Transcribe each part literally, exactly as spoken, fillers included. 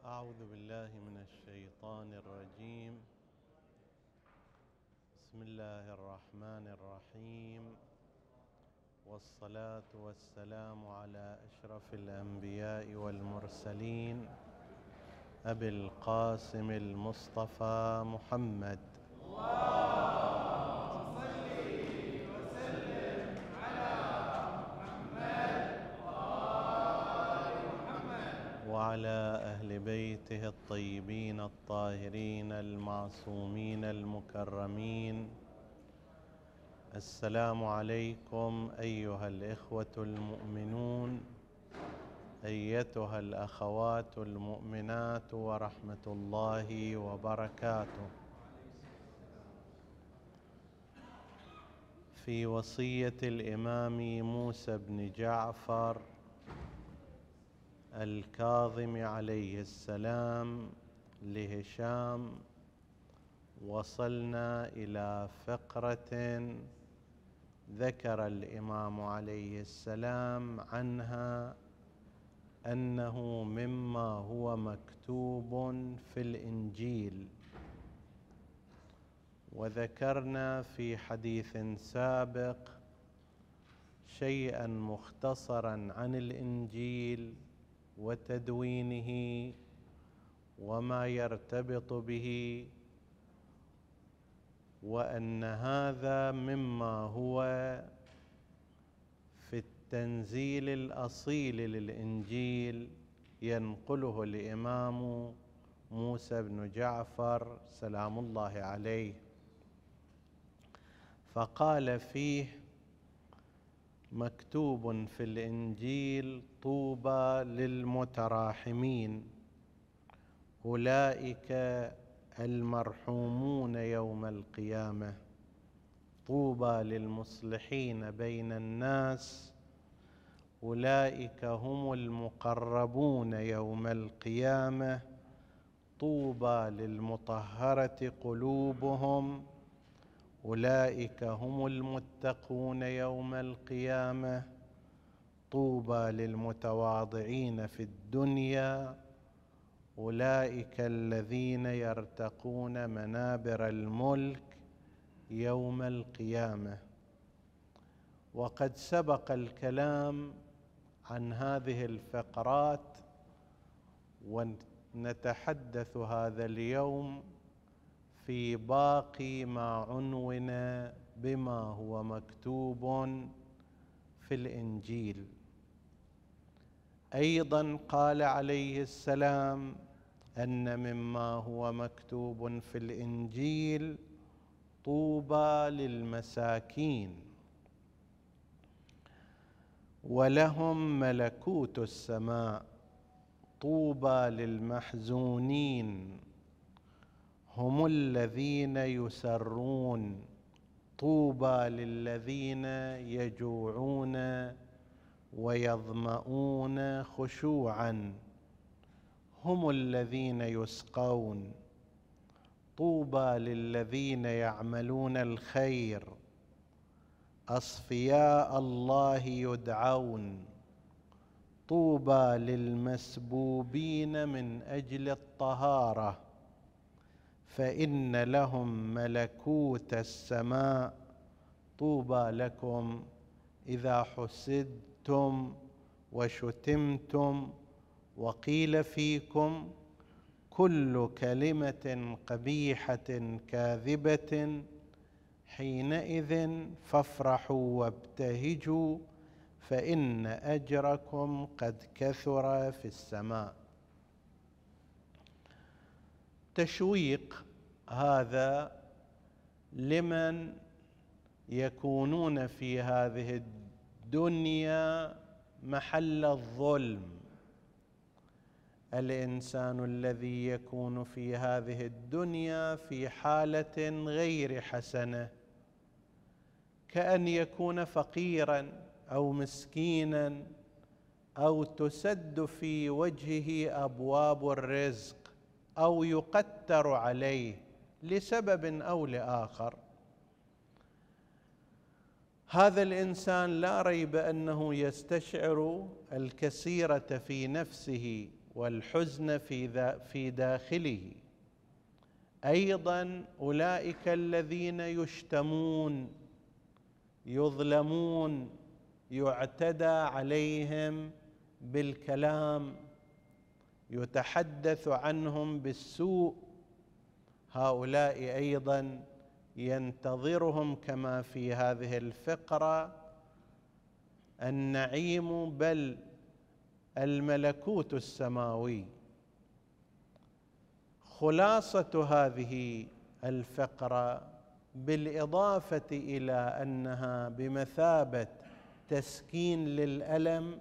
أعوذ بالله من الشيطان الرجيم. بسم الله الرحمن الرحيم، والصلاة والسلام على أشرف الأنبياء والمرسلين أبي القاسم المصطفى محمد. اللهم صل وسلم على محمد وآل محمد وعلى أهل بيته الطيبين الطاهرين المعصومين المكرمين. السلام عليكم أيها الإخوة المؤمنون، أيتها الأخوات المؤمنات، ورحمة الله وبركاته. في وصية الإمام موسى بن جعفر الكاظم عليه السلام لهشام وصلنا إلى فقرة ذكر الإمام عليه السلام عنها أنه مما هو مكتوب في الإنجيل، وذكرنا في حديث سابق شيئا مختصرا عن الإنجيل وتدوينه وما يرتبط به، وأن هذا مما هو في التنزيل الأصيل للإنجيل ينقله الإمام موسى بن جعفر سلام الله عليه، فقال فيه: مكتوب في الإنجيل: طوبى للمتراحمين، أولئك المرحومون يوم القيامة. طوبى للمصلحين بين الناس، أولئك هم المقربون يوم القيامة. طوبى للمطهرة قلوبهم، أولئك هم المتقون يوم القيامة. طوبى للمتواضعين في الدنيا، أولئك الذين يرتقون منابر الملك يوم القيامة. وقد سبق الكلام عن هذه الفقرات، ونتحدث هذا اليوم في باقي ما عنون بما هو مكتوب في الإنجيل. أيضا قال عليه السلام أن مما هو مكتوب في الإنجيل: طوبى للمساكين ولهم ملكوت السماء. طوبى للمحزونين، هم الذين يسرون. طوبى للذين يجوعون ويظمؤون خشوعا، هم الذين يسقون. طوبى للذين يعملون الخير، أصفياء الله يدعون. طوبى للمسبوبين من أجل الطهارة، فإن لهم ملكوت السماء. طوبى لكم إذا حسدتم وشتمتم وقيل فيكم كل كلمة قبيحة كاذبة، حينئذ فافرحوا وابتهجوا، فإن أجركم قد كثر في السماء. تشويق هذا لمن يكونون في هذه الدنيا محل الظلم. الإنسان الذي يكون في هذه الدنيا في حالة غير حسنة، كأن يكون فقيرا أو مسكينا، أو تسد في وجهه أبواب الرزق، أو يقتر عليه لسبب أو لآخر. هذا الإنسان لا ريب أنه يستشعر الكثير في نفسه والحزن في في داخله. أيضا أولئك الذين يشتمون، يظلمون، يعتدى عليهم بالكلام، يتحدث عنهم بالسوء، هؤلاء أيضا ينتظرهم كما في هذه الفقرة النعيم بل الملكوت السماوي. خلاصة هذه الفقرة بالإضافة إلى أنها بمثابة تسكين للألم،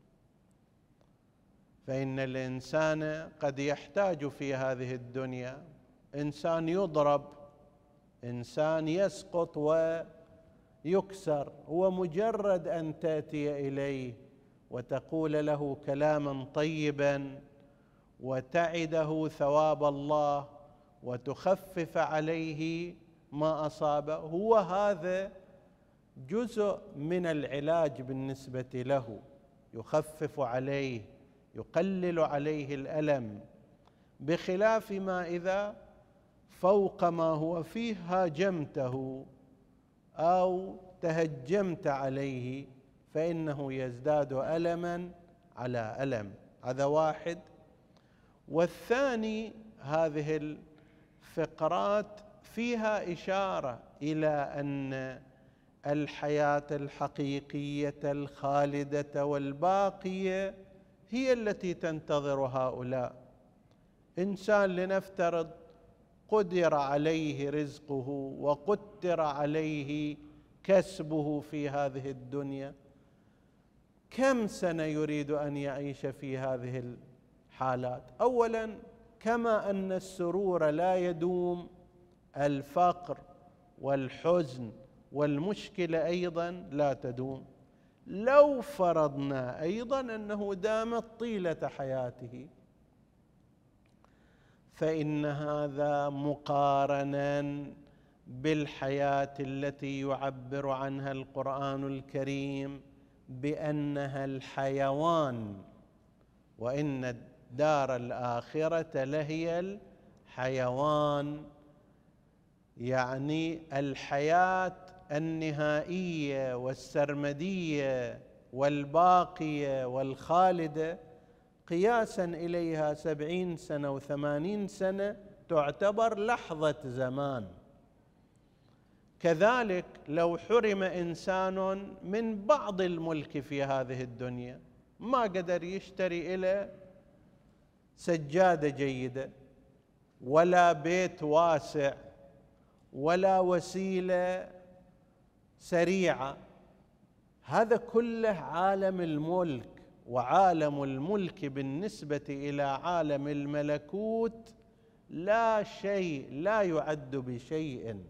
فإن الإنسان قد يحتاج في هذه الدنيا، إنسان يضرب، إنسان يسقط ويكسر، هو مجرد أن تأتي إليه وتقول له كلاما طيبا وتعده ثواب الله وتخفف عليه ما أصابه، هو هذا جزء من العلاج بالنسبة له، يخفف عليه، يقلل عليه الألم، بخلاف ما إذا فوق ما هو فيه هاجمته أو تهجمت عليه فإنه يزداد ألما على ألم. هذا واحد. والثاني، هذه الفقرات فيها إشارة إلى أن الحياة الحقيقية الخالدة والباقية هي التي تنتظر هؤلاء. إنسان لنفترض قدر عليه رزقه وقدر عليه كسبه في هذه الدنيا، كم سنة يريد أن يعيش في هذه الحالات؟ أولا، كما أن السرور لا يدوم، الفقر والحزن والمشكلة أيضا لا تدوم. لو فرضنا أيضا أنه دامت طيلة حياته، فإن هذا مقارنا بالحياة التي يعبر عنها القرآن الكريم بأنها الحيوان، وإن الدار الآخرة لهي الحيوان، يعني الحياة النهائية والسرمدية والباقية والخالدة، قياسا إليها سبعين سنة وثمانين سنة تعتبر لحظة زمان. كذلك لو حرم إنسان من بعض الملك في هذه الدنيا، ما قدر يشتري إلى سجادة جيدة ولا بيت واسع ولا وسيلة سريعة، هذا كله عالم الملك. وعالم الملك بالنسبة إلى عالم الملكوت لا شيء، لا يعد بشيء.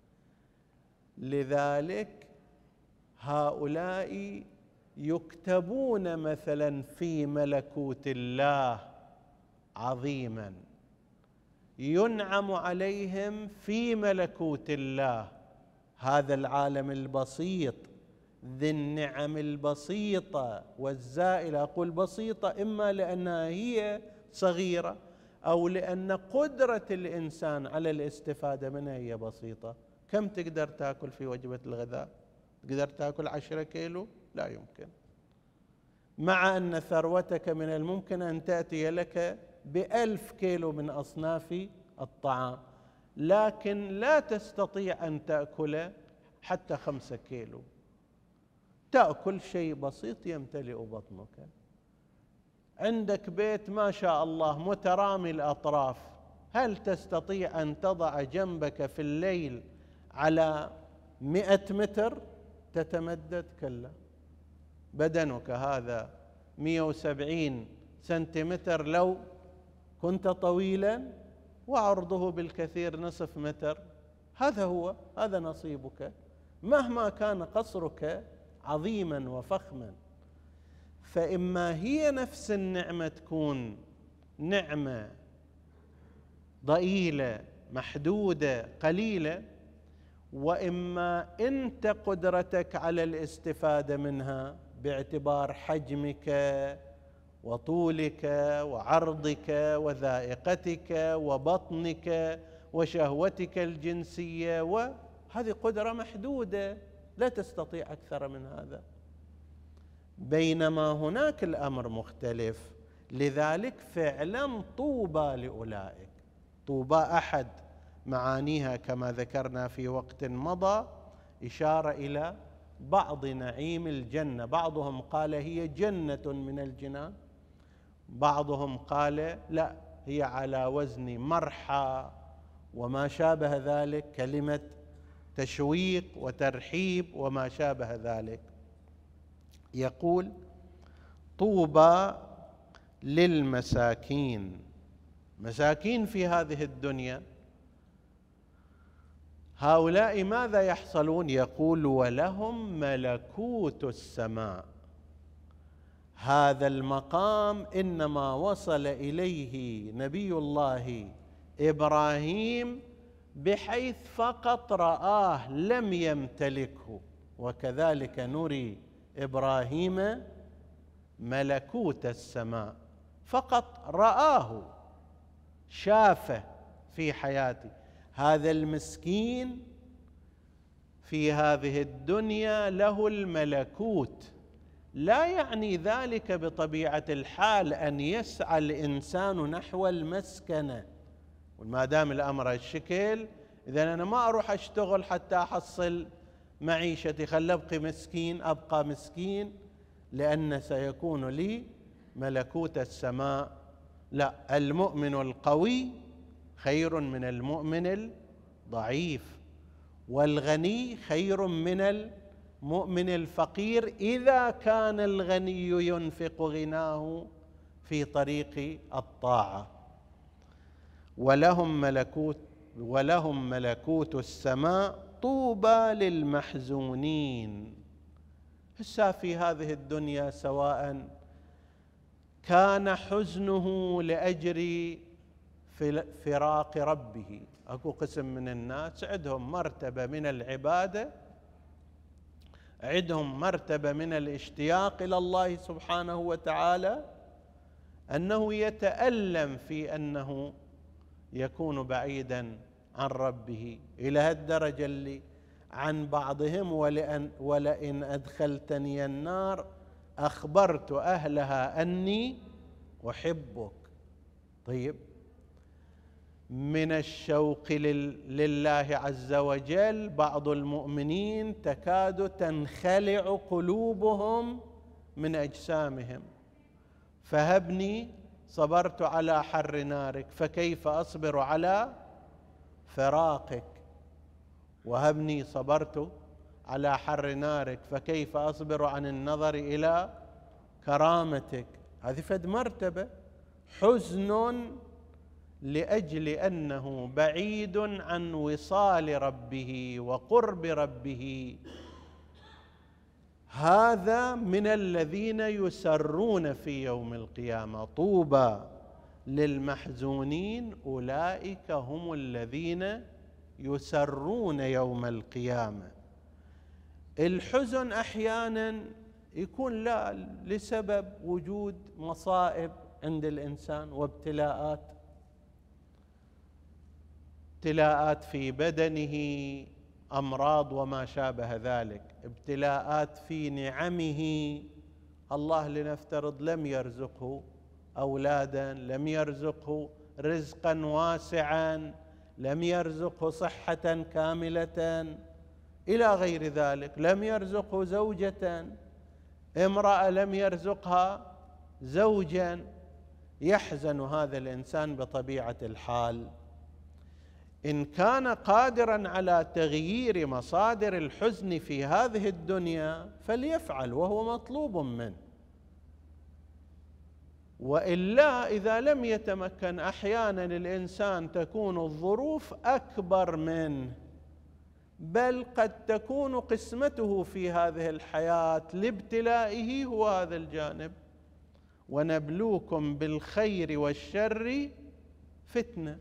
لذلك هؤلاء يكتبون مثلا في ملكوت الله عظيما، ينعم عليهم في ملكوت الله، هذا العالم البسيط ذي النعم البسيطة والزائلة. أقول بسيطة إما لأنها هي صغيرة أو لأن قدرة الإنسان على الاستفادة منها هي بسيطة. كم تقدر تأكل في وجبة الغذاء؟ تقدر تأكل عشرة كيلو؟ لا يمكن. مع أن ثروتك من الممكن أن تأتي لك بألف كيلو من أصناف الطعام، لكن لا تستطيع أن تأكل حتى خمسة كيلو. تأكل شيء بسيط يمتلئ بطنك. عندك بيت ما شاء الله مترامي الأطراف، هل تستطيع أن تضع جنبك في الليل على مئة متر تتمدد؟ كلا. بدنك هذا مئة وسبعين سنتيمتر لو كنت طويلا، وعرضه بالكثير نصف متر، هذا هو، هذا نصيبك مهما كان قصرك عظيما وفخما. فإما هي نفس النعمة تكون نعمة ضئيلة محدودة قليلة، وإما أنت قدرتك على الاستفادة منها باعتبار حجمك وطولك وعرضك وذائقتك وبطنك وشهوتك الجنسية، وهذه قدرة محدودة لا تستطيع أكثر من هذا. بينما هناك الأمر مختلف. لذلك فعلا طوبى لأولئك. طوبى أحد معانيها كما ذكرنا في وقت مضى إشارة إلى بعض نعيم الجنة. بعضهم قال هي جنة من الجنان، بعضهم قال لا، هي على وزن مرحى وما شابه ذلك، كلمة تشويق وترحيب وما شابه ذلك. يقول طوبى للمساكين. مساكين في هذه الدنيا، هؤلاء ماذا يحصلون؟ يقول ولهم ملكوت السماء. هذا المقام إنما وصل إليه نبي الله إبراهيم بحيث فقط رآه لم يمتلكه، وكذلك نري إبراهيم ملكوت السماء، فقط رآه شافه في حياته. هذا المسكين في هذه الدنيا له الملكوت. لا يعني ذلك بطبيعة الحال أن يسعى الإنسان نحو المسكنة، وما دام الأمر هالشكل إذا أنا ما أروح أشتغل حتى أحصل معيشتي، خل أبقى مسكين أبقى مسكين لأن سيكون لي ملكوت السماء. لا، المؤمن القوي خير من المؤمن الضعيف، والغني خير من المؤمن الفقير إذا كان الغني ينفق غناه في طريق الطاعة. ولهم ملكوت ولهم ملكوت السماء طوبى للمحزونين. هسه في هذه الدنيا سواء كان حزنه لأجل فراق ربه، أكو قسم من الناس عندهم مرتبة من العبادة، عندهم مرتبة من الاشتياق إلى الله سبحانه وتعالى، أنه يتألم في أنه يكون بعيدا عن ربه إلى هالدرجة اللي عن بعضهم ولأن ولئن أدخلتني النار أخبرت أهلها أني أحبك. طيب، من الشوق لله عز وجل بعض المؤمنين تكاد تنخلع قلوبهم من أجسامهم، فهبني صبرت على حر نارك فكيف أصبر على فراقك، وهبني صبرت على حر نارك فكيف أصبر عن النظر إلى كرامتك. هذه فد مرتبة، حزن لأجل أنه بعيد عن وصال ربه وقرب ربه. هذا من الذين يسرون في يوم القيامة. طوبى للمحزونين، أولئك هم الذين يسرون يوم القيامة. الحزن أحيانا يكون لا لسبب وجود مصائب عند الإنسان وابتلاءات، ابتلاءات في بدنه، أمراض وما شابه ذلك، ابتلاءات في نعمه. الله لنفترض لم يرزقه أولادا، لم يرزقه رزقا واسعا، لم يرزقه صحة كاملة إلى غير ذلك، لم يرزقه زوجة، امرأة لم يرزقها زوجا. يحزن هذا الإنسان بطبيعة الحال. إن كان قادرا على تغيير مصادر الحزن في هذه الدنيا فليفعل، وهو مطلوب منه. وإلا إذا لم يتمكن، أحيانا الإنسان تكون الظروف أكبر منه، بل قد تكون قسمته في هذه الحياة لابتلائه هو هذا الجانب. ونبلوكم بالخير والشر فتنة.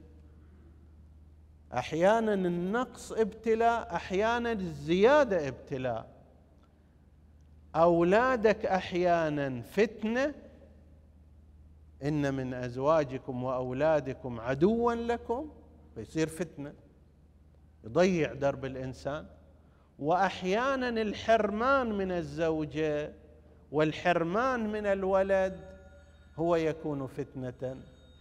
أحيانا النقص ابتلاء، أحيانا الزيادة ابتلاء. أولادك أحيانا فتنة، إن من أزواجكم وأولادكم عدوا لكم، فيصير فتنة يضيع درب الإنسان. وأحيانا الحرمان من الزوجة والحرمان من الولد هو يكون فتنة.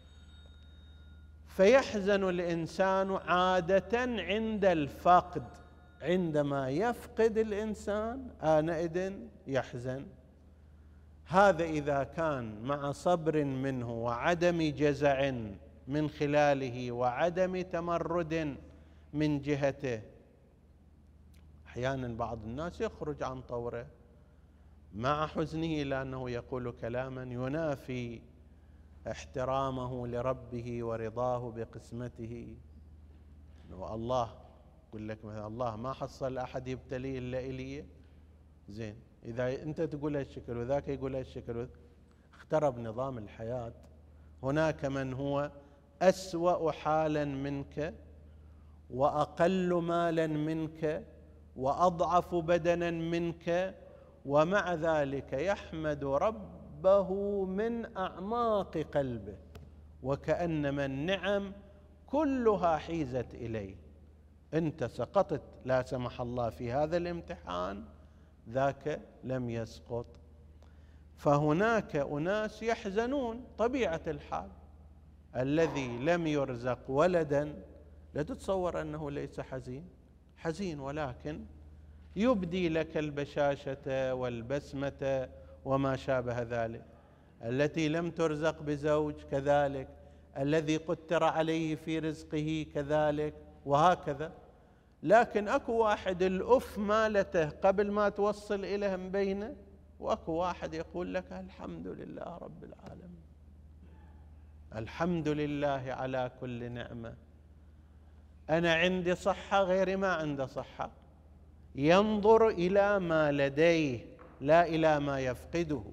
فيحزن الإنسان عادة عند الفقد، عندما يفقد الإنسان آنئذ يحزن. هذا إذا كان مع صبر منه وعدم جزع من خلاله وعدم تمرد من جهته. أحيانا بعض الناس يخرج عن طوره مع حزنه لأنه يقول كلاما ينافي احترامه لربه ورضاه بقسمته. والله يقول لك مثلا الله ما حصل أحد يبتليه إلا إلي. زين، إذا أنت تقول هالشكل وذاك يقول هالشكل، اخترب نظام الحياة. هناك من هو أسوأ حالا منك وأقل مالا منك وأضعف بدنا منك، ومع ذلك يحمد ربه من أعماق قلبه، وكأنما النعم كلها حيزت إليه. أنت سقطت لا سمح الله في هذا الامتحان، ذاك لم يسقط. فهناك أناس يحزنون طبيعة الحال. الذي لم يرزق ولدا لا تتصور أنه ليس حزين، حزين، ولكن يبدي لك البشاشة والبسمة وما شابه ذلك. التي لم ترزق بزوج كذلك، الذي قدر عليه في رزقه كذلك، وهكذا. لكن أكو واحد الأف مالته قبل ما توصل إليه مبينة، وأكو واحد يقول لك الحمد لله رب العالمين، الحمد لله على كل نعمة، أنا عندي صحة غيري ما عنده صحة. ينظر إلى ما لديه لا إلى ما يفقده.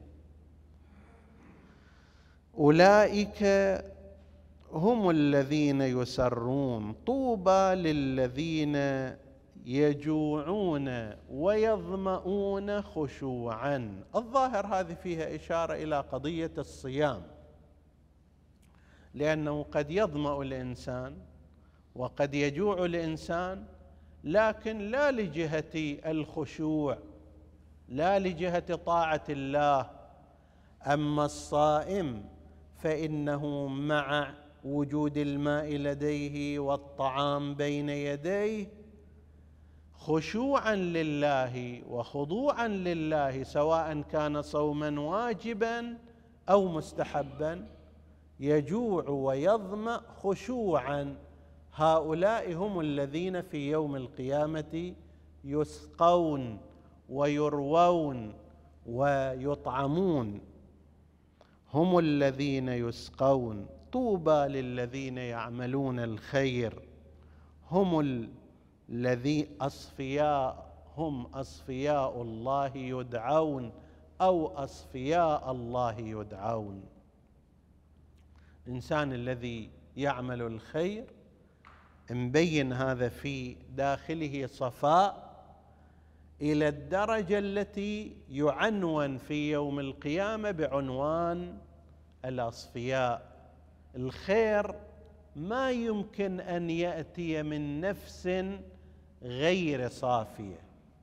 أولئك هم الذين يسرون، طوبى للذين يجوعون ويظمؤون خشوعا. الظاهر هذه فيها إشارة إلى قضية الصيام، لأنه قد يظمأ الإنسان وقد يجوع الإنسان، لكن لا لجهة الخشوع، لا لجهة طاعة الله. أما الصائم فإنه مع وجود الماء لديه والطعام بين يديه خشوعا لله وخضوعا لله، سواء كان صوما واجبا أو مستحبا، يجوع ويظمأ خشوعا. هؤلاء هم الذين في يوم القيامة يسقون ويروون ويطعمون. هم الذين يسقون، طوبى للذين يعملون الخير، هم الذي أصفياء، هم أصفياء الله يدعون أو أصفياء الله يدعون. الإنسان الذي يعمل الخير مبين هذا في داخله صفاء إلى الدرجة التي يعنون في يوم القيامة بعنوان الأصفياء. الخير ما يمكن أن يأتي من نفس غير صافية.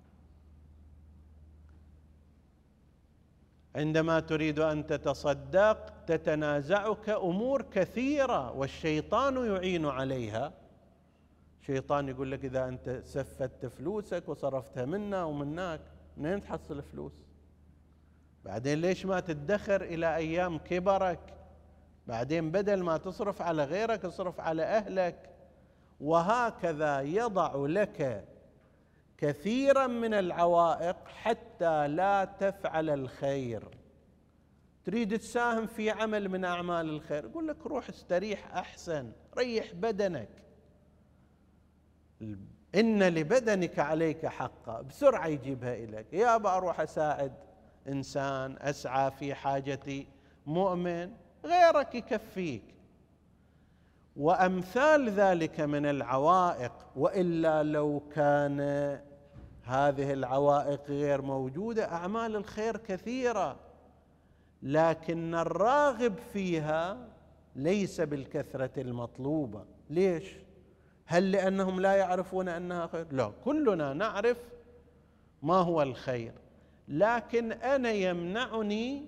عندما تريد أن تتصدق تتنازعك أمور كثيرة والشيطان يعين عليها. الشيطان يقول لك إذا أنت سفت فلوسك وصرفتها منا ومناك، منين تحصل فلوس؟ بعدين ليش ما تدخر إلى أيام كبرك؟ بعدين بدل ما تصرف على غيرك اصرف على أهلك. وهكذا يضع لك كثيرا من العوائق حتى لا تفعل الخير. تريد تساهم في عمل من أعمال الخير، يقول لك روح استريح أحسن، ريح بدنك، إن لبدنك عليك حقا، بسرعة يجيبها إليك. يا أبا أروح أساعد إنسان، أسعى في حاجة مؤمن، غيرك يكفيك. وأمثال ذلك من العوائق. وإلا لو كان هذه العوائق غير موجودة أعمال الخير كثيرة. لكن الراغب فيها ليس بالكثرة المطلوبة. ليش؟ هل لأنهم لا يعرفون أنها خير؟ لا، كلنا نعرف ما هو الخير، لكن أنا يمنعني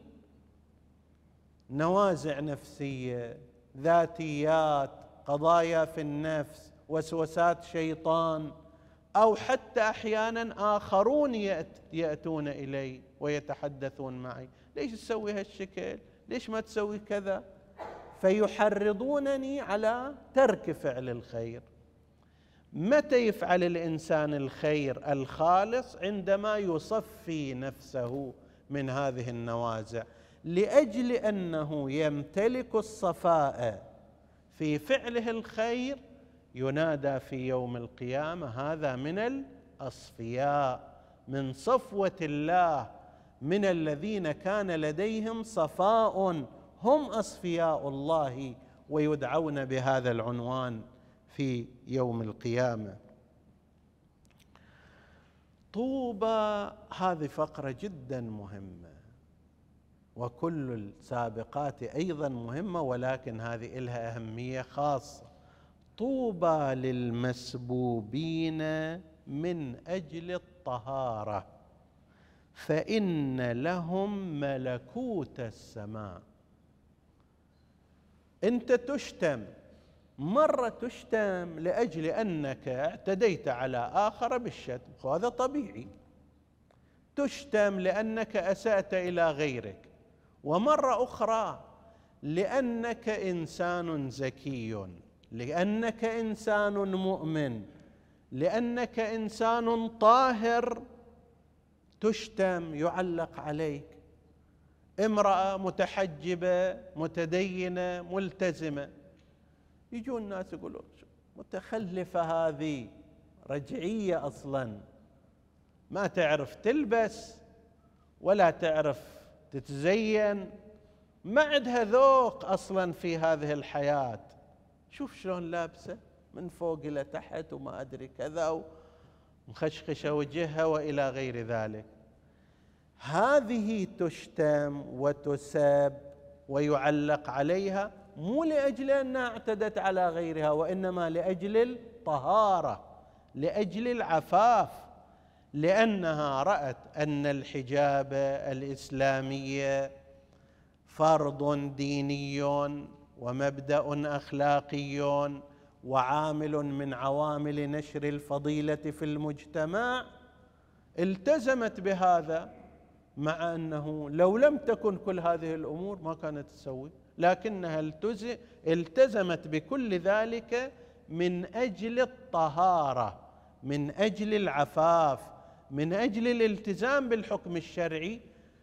نوازع نفسية، ذاتيات، قضايا في النفس، وسوسات شيطان، أو حتى أحيانا آخرون يأتون إلي ويتحدثون معي: ليش تسوي هالشكل؟ ليش ما تسوي كذا؟ فيحرضونني على ترك فعل الخير. متى يفعل الإنسان الخير الخالص؟ عندما يصفي نفسه من هذه النوازع، لأجل أنه يمتلك الصفاء في فعله الخير ينادى في يوم القيامة: هذا من الأصفياء، من صفوة الله، من الذين كان لديهم صفاء، هم أصفياء الله، ويدعون بهذا العنوان في يوم القيامة. طوبى، هذه فقرة جدا مهمة، وكل السابقات أيضا مهمة، ولكن هذه لها أهمية خاصة. طوبى للمسبوبين من أجل الطهارة فإن لهم ملكوت السماء. أنت تشتم، مرة تشتم لأجل أنك اعتديت على آخر بالشتم، وهذا طبيعي. تشتم لأنك أسأت إلى غيرك، ومرة أخرى لأنك إنسان زكي، لأنك إنسان مؤمن، لأنك إنسان طاهر تشتم، يعلق عليك. امرأة متحجبة متدينة ملتزمة، يجون الناس يقولون: متخلفة هذه، رجعية أصلا، ما تعرف تلبس ولا تعرف تتزين، ما عندها ذوق أصلا في هذه الحياة. شوف شلون لابسة من فوق إلى تحت وما أدري كذا، ومخشخشة وجهها وإلى غير ذلك. هذه تشتم وتساب ويعلق عليها مو لأجل أنها اعتدت على غيرها، وإنما لأجل الطهارة، لأجل العفاف، لأنها رأت أن الحجاب الإسلامي فرض ديني ومبدأ أخلاقي وعامل من عوامل نشر الفضيلة في المجتمع، التزمت بهذا، مع أنه لو لم تكن كل هذه الأمور ما كانت تسوي، لكنها التزمت بكل ذلك من أجل الطهارة، من أجل العفاف، من أجل الالتزام بالحكم الشرعي.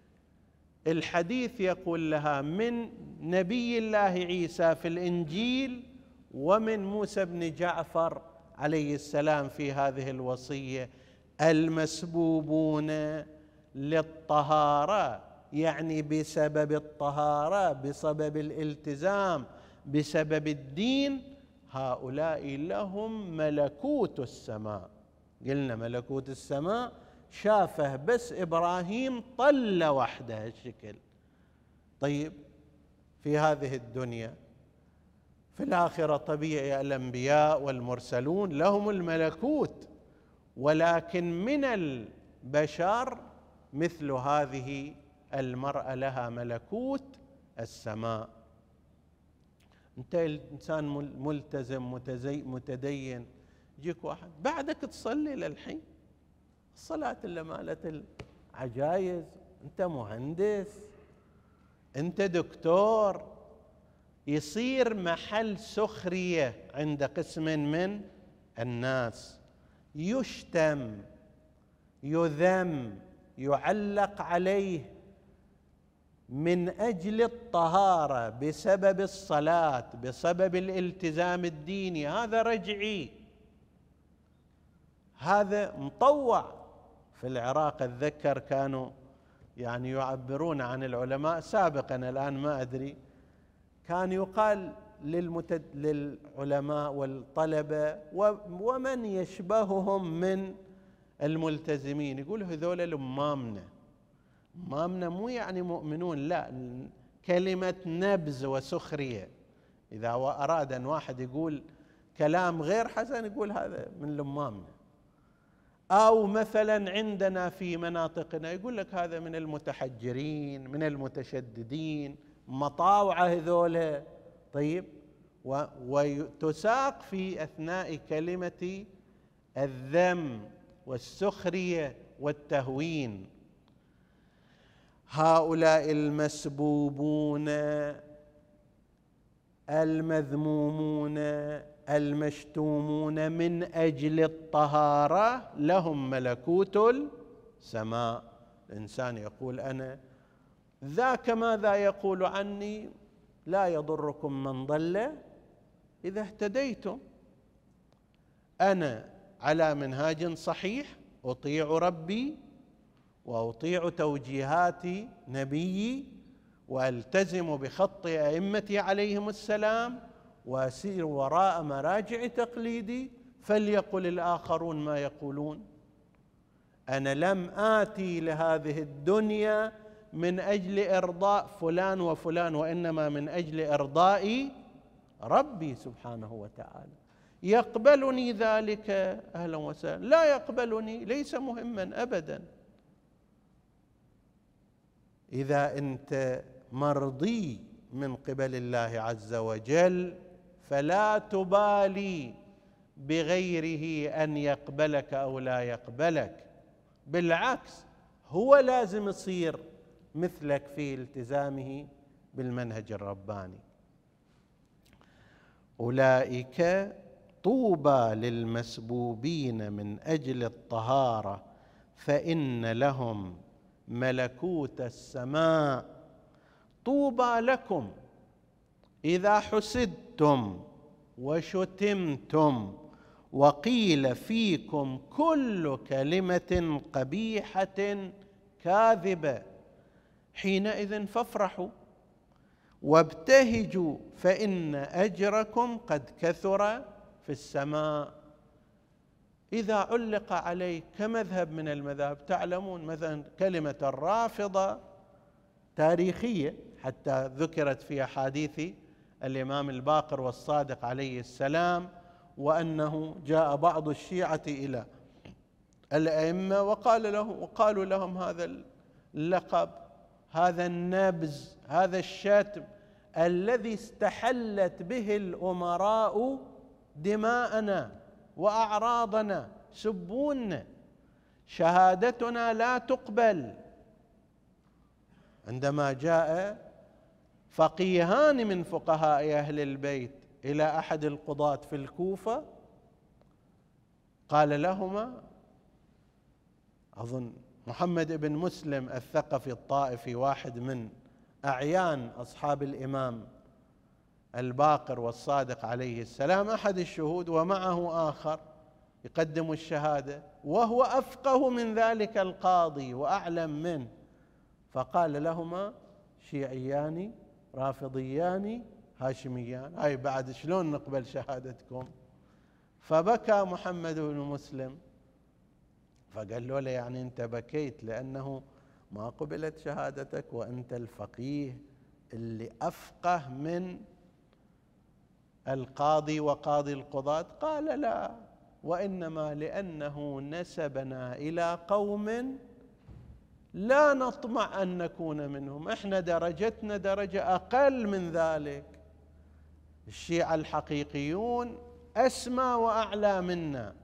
الحديث يقول لها من نبي الله عيسى في الإنجيل ومن موسى بن جعفر عليه السلام في هذه الوصية: المسبوبون للطهارة، يعني بسبب الطهارة، بسبب الالتزام، بسبب الدين، هؤلاء لهم ملكوت السماء. قلنا ملكوت السماء شافه بس إبراهيم طلة وحده الشكل. طيب في هذه الدنيا، في الآخرة طبيعي الأنبياء والمرسلون لهم الملكوت، ولكن من البشر مثل هذه المرأة لها ملكوت السماء. أنت إنسان ملتزم متدين، يجيك واحد: بعدك تصلي للحين؟ الصلاة اللي مالت العجايز، أنت مهندس، أنت دكتور. يصير محل سخرية عند قسم من الناس، يشتم، يذم، يعلق عليه من أجل الطهارة، بسبب الصلاة، بسبب الالتزام الديني. هذا رجعي، هذا مطوع. في العراق أتذكر كانوا يعني يعبرون عن العلماء سابقا، الآن ما أدري، كان يقال للمتد... للعلماء والطلبة ومن يشبههم من الملتزمين، يقول: هذول الأمامنا، مامنا مو يعني مؤمنون، لا، كلمة نبذ وسخرية. إذا أراد أن واحد يقول كلام غير حسن يقول هذا من لمامنا. أو مثلا عندنا في مناطقنا يقول لك هذا من المتحجرين من المتشددين، مطاوعة هذولا. طيب، وتساق في أثناء كلمة الذم والسخرية والتهوين. هؤلاء المسبوبون المذمومون المشتومون من أجل الطهارة لهم ملكوت السماء. الإنسان يقول أنا ذاك ماذا يقول عني، لا يضركم من ضل إذا اهتديتم. أنا على منهاج صحيح، أطيع ربي وأطيع توجيهات نبيي وألتزم بخط أئمتي عليهم السلام وأسير وراء مراجع تقليدي، فليقل الآخرون ما يقولون. أنا لم آتي لهذه الدنيا من أجل إرضاء فلان وفلان، وإنما من أجل إرضاء ربي سبحانه وتعالى. يقبلني ذلك أهلا وسهلا، لا يقبلني ليس مهما أبدا. إذا أنت مرضي من قبل الله عز وجل فلا تبالي بغيره أن يقبلك أو لا يقبلك، بالعكس هو لازم يصير مثلك في التزامه بالمنهج الرباني. أولئك طوبى للمسبوبين من أجل الطهارة فإن لهم ملكوت السماء. طوبى لكم إذا حسدتم وشتمتم وقيل فيكم كل كلمة قبيحة كاذبة، حينئذ فافرحوا وابتهجوا فإن أجركم قد كثر في السماء. إذا علق عليك كمذهب من المذاهب، تعلمون مثلا كلمة الرافضة تاريخية حتى ذكرت في أحاديث الإمام الباقر والصادق عليه السلام، وأنه جاء بعض الشيعة إلى الأئمة وقال له وقالوا لهم هذا اللقب، هذا النبز، هذا الشتم الذي استحلت به الأمراء دماءنا وأعراضنا، سبونا، شهادتنا لا تقبل. عندما جاء فقيهان من فقهاء أهل البيت إلى أحد القضاة في الكوفة قال لهما، أظن محمد بن مسلم الثقفي الطائفي واحد من أعيان أصحاب الإمام الباقر والصادق عليه السلام، أحد الشهود، ومعه آخر يقدم الشهادة وهو أفقه من ذلك القاضي وأعلم منه، فقال لهما شيعيان رافضيان هاشميان، هاي بعد شلون نقبل شهادتكم؟ فبكى محمد بن مسلم فقال له يعني أنت بكيت لأنه ما قبلت شهادتك وأنت الفقيه اللي أفقه من القاضي وقاضي القضاة؟ قال لا، وإنما لأنه نسبنا إلى قوم لا نطمع أن نكون منهم، إحنا درجتنا درجة أقل من ذلك. الشيعة الحقيقيون أسمى وأعلى منا،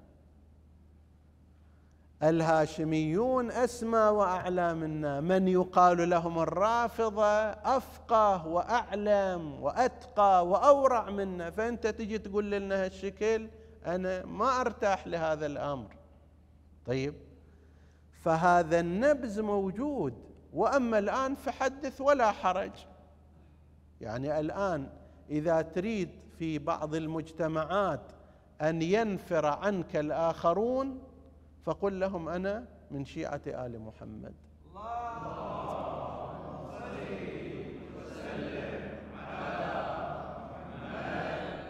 الهاشميون أسمى وأعلى منا، من يقال لهم الرافضة أفقه وأعلم وأتقى وأورع منا، فأنت تجي تقول لنا هالشكل، أنا ما أرتاح لهذا الأمر. طيب، فهذا النبذ موجود. وأما الآن فحدث ولا حرج، يعني الآن إذا تريد في بعض المجتمعات أن ينفر عنك الآخرون فقل لهم أنا من شيعة آل محمد. اللهم صل وسلم على محمد.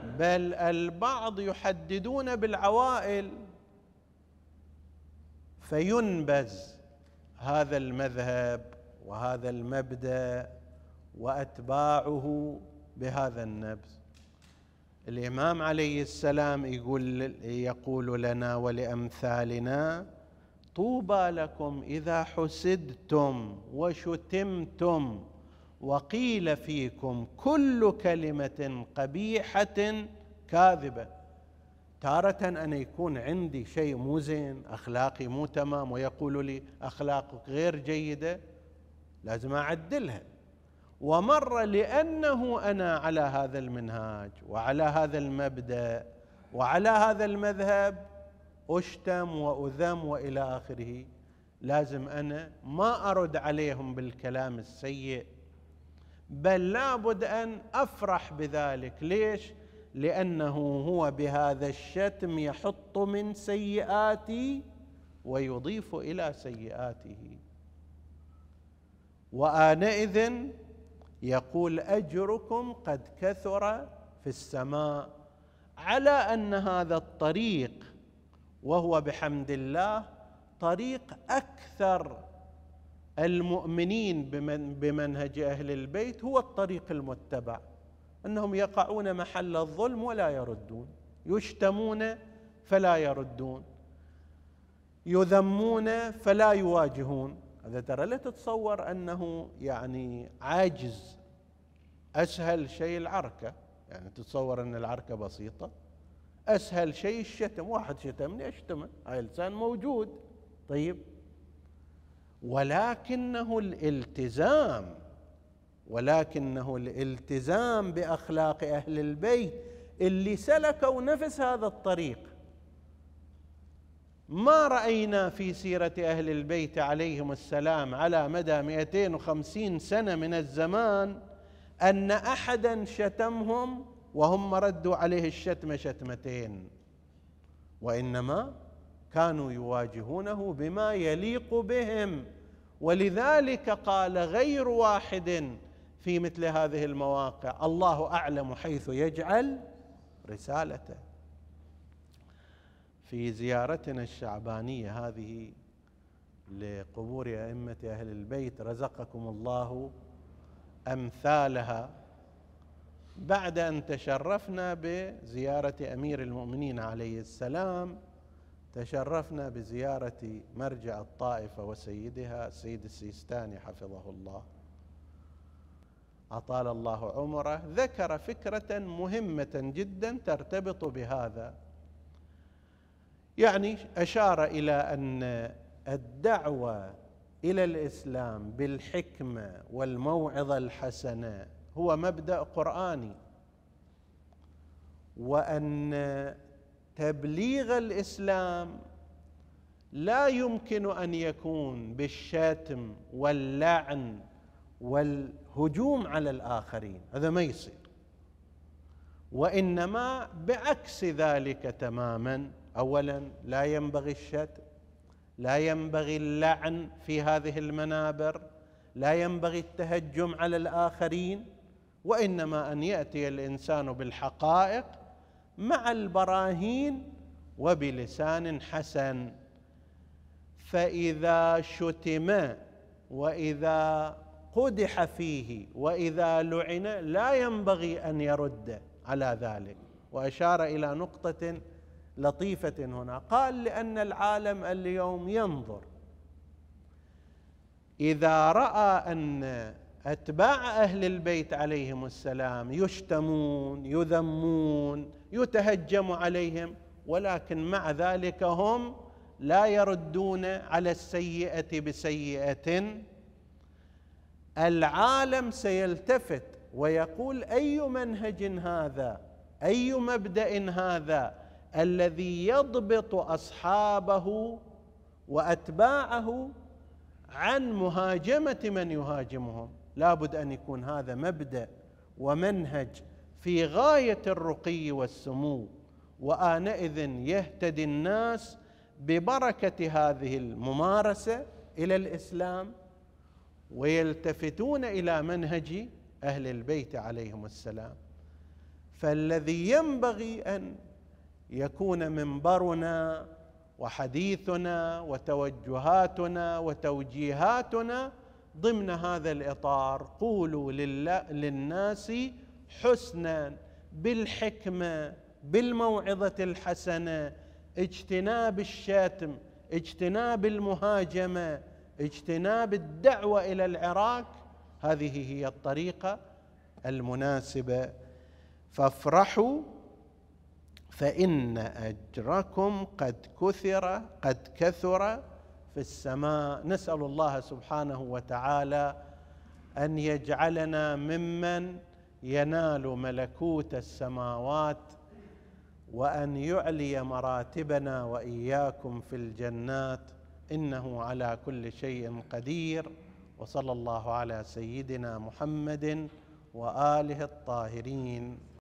بل البعض يحددون بالعوائل، فينبذ هذا المذهب وهذا المبدأ وأتباعه بهذا النبذ. الإمام عليه السلام يقول يقول لنا ولأمثالنا: طوبى لكم إذا حسدتم وشتمتم وقيل فيكم كل كلمة قبيحة كاذبة. تارة أنا يكون عندي شيء مو زين، أخلاقي مو تمام، ويقول لي أخلاقك غير جيدة، لازم أعدلها. ومرة لأنه أنا على هذا المنهاج وعلى هذا المبدأ وعلى هذا المذهب أشتم وأذم وإلى آخره، لازم أنا ما أرد عليهم بالكلام السيء، بل لابد أن أفرح بذلك. ليش؟ لأنه هو بهذا الشتم يحط من سيئاتي ويضيف إلى سيئاته، وآنئذ يقول: أجركم قد كثر في السماء. على أن هذا الطريق، وهو بحمد الله طريق أكثر المؤمنين بمنهج أهل البيت، هو الطريق المتبع، أنهم يقعون محل الظلم ولا يردون، يشتمون فلا يردون، يذمون فلا يواجهون. هذا ترى لا تتصور أنه يعني عاجز. أسهل شيء العركة، يعني تتصور أن العركة بسيطة؟ أسهل شيء الشتم، واحد شتمني أشتمه، هاي لسان موجود. طيب، ولكنه الالتزام ولكنه الالتزام بأخلاق أهل البيت اللي سلكوا نفس هذا الطريق. ما رأينا في سيرة أهل البيت عليهم السلام على مدى مئتين وخمسين سنة من الزمان أن أحدا شتمهم وهم ردوا عليه الشتم شتمتين، وإنما كانوا يواجهونه بما يليق بهم. ولذلك قال غير واحد في مثل هذه المواقع: الله أعلم حيث يجعل رسالته. في زيارتنا الشعبانية هذه لقبور أئمة أهل البيت رزقكم الله أمثالها، بعد أن تشرفنا بزيارة أمير المؤمنين عليه السلام، تشرفنا بزيارة مرجع الطائفة وسيدها السيد السيستاني حفظه الله أطال الله عمره. ذكر فكرة مهمة جدا ترتبط بهذا، يعني أشار إلى أن الدعوة إلى الإسلام بالحكمة والموعظة الحسنة هو مبدأ قرآني، وأن تبليغ الإسلام لا يمكن أن يكون بالشتم واللعن والهجوم على الآخرين، هذا ما يصير، وإنما بعكس ذلك تماما. أولا، لا ينبغي الشتم، لا ينبغي اللعن في هذه المنابر، لا ينبغي التهجم على الآخرين، وإنما أن يأتي الإنسان بالحقائق مع البراهين وبلسان حسن. فإذا شتم وإذا قدح فيه وإذا لعن لا ينبغي أن يرد على ذلك. وأشار إلى نقطة لطيفة هنا، قال: لأن العالم اليوم ينظر، إذا رأى أن أتباع أهل البيت عليهم السلام يشتمون يذمون يتهجم عليهم، ولكن مع ذلك هم لا يردون على السيئة بسيئة، العالم سيلتفت ويقول: أي منهج هذا؟ أي مبدأ هذا الذي يضبط أصحابه وأتباعه عن مهاجمة من يهاجمهم؟ لابد أن يكون هذا مبدأ ومنهج في غاية الرقي والسمو، وآنئذ يهتدي الناس ببركة هذه الممارسة إلى الإسلام، ويلتفتون إلى منهج أهل البيت عليهم السلام. فالذي ينبغي أن يكون منبرنا وحديثنا وتوجهاتنا وتوجيهاتنا ضمن هذا الإطار. قولوا للناس حسنا بالحكمة بالموعظة الحسنة، اجتناب الشتم، اجتناب المهاجمة، اجتناب الدعوة إلى العراك. هذه هي الطريقة المناسبة. فافرحوا فإن أجركم قد كثر قد كثر في السماء. نسأل الله سبحانه وتعالى أن يجعلنا ممن ينال ملكوت السماوات، وأن يعلي مراتبنا وإياكم في الجنات، إنه على كل شيء قدير. وصلى الله على سيدنا محمد وآله الطاهرين.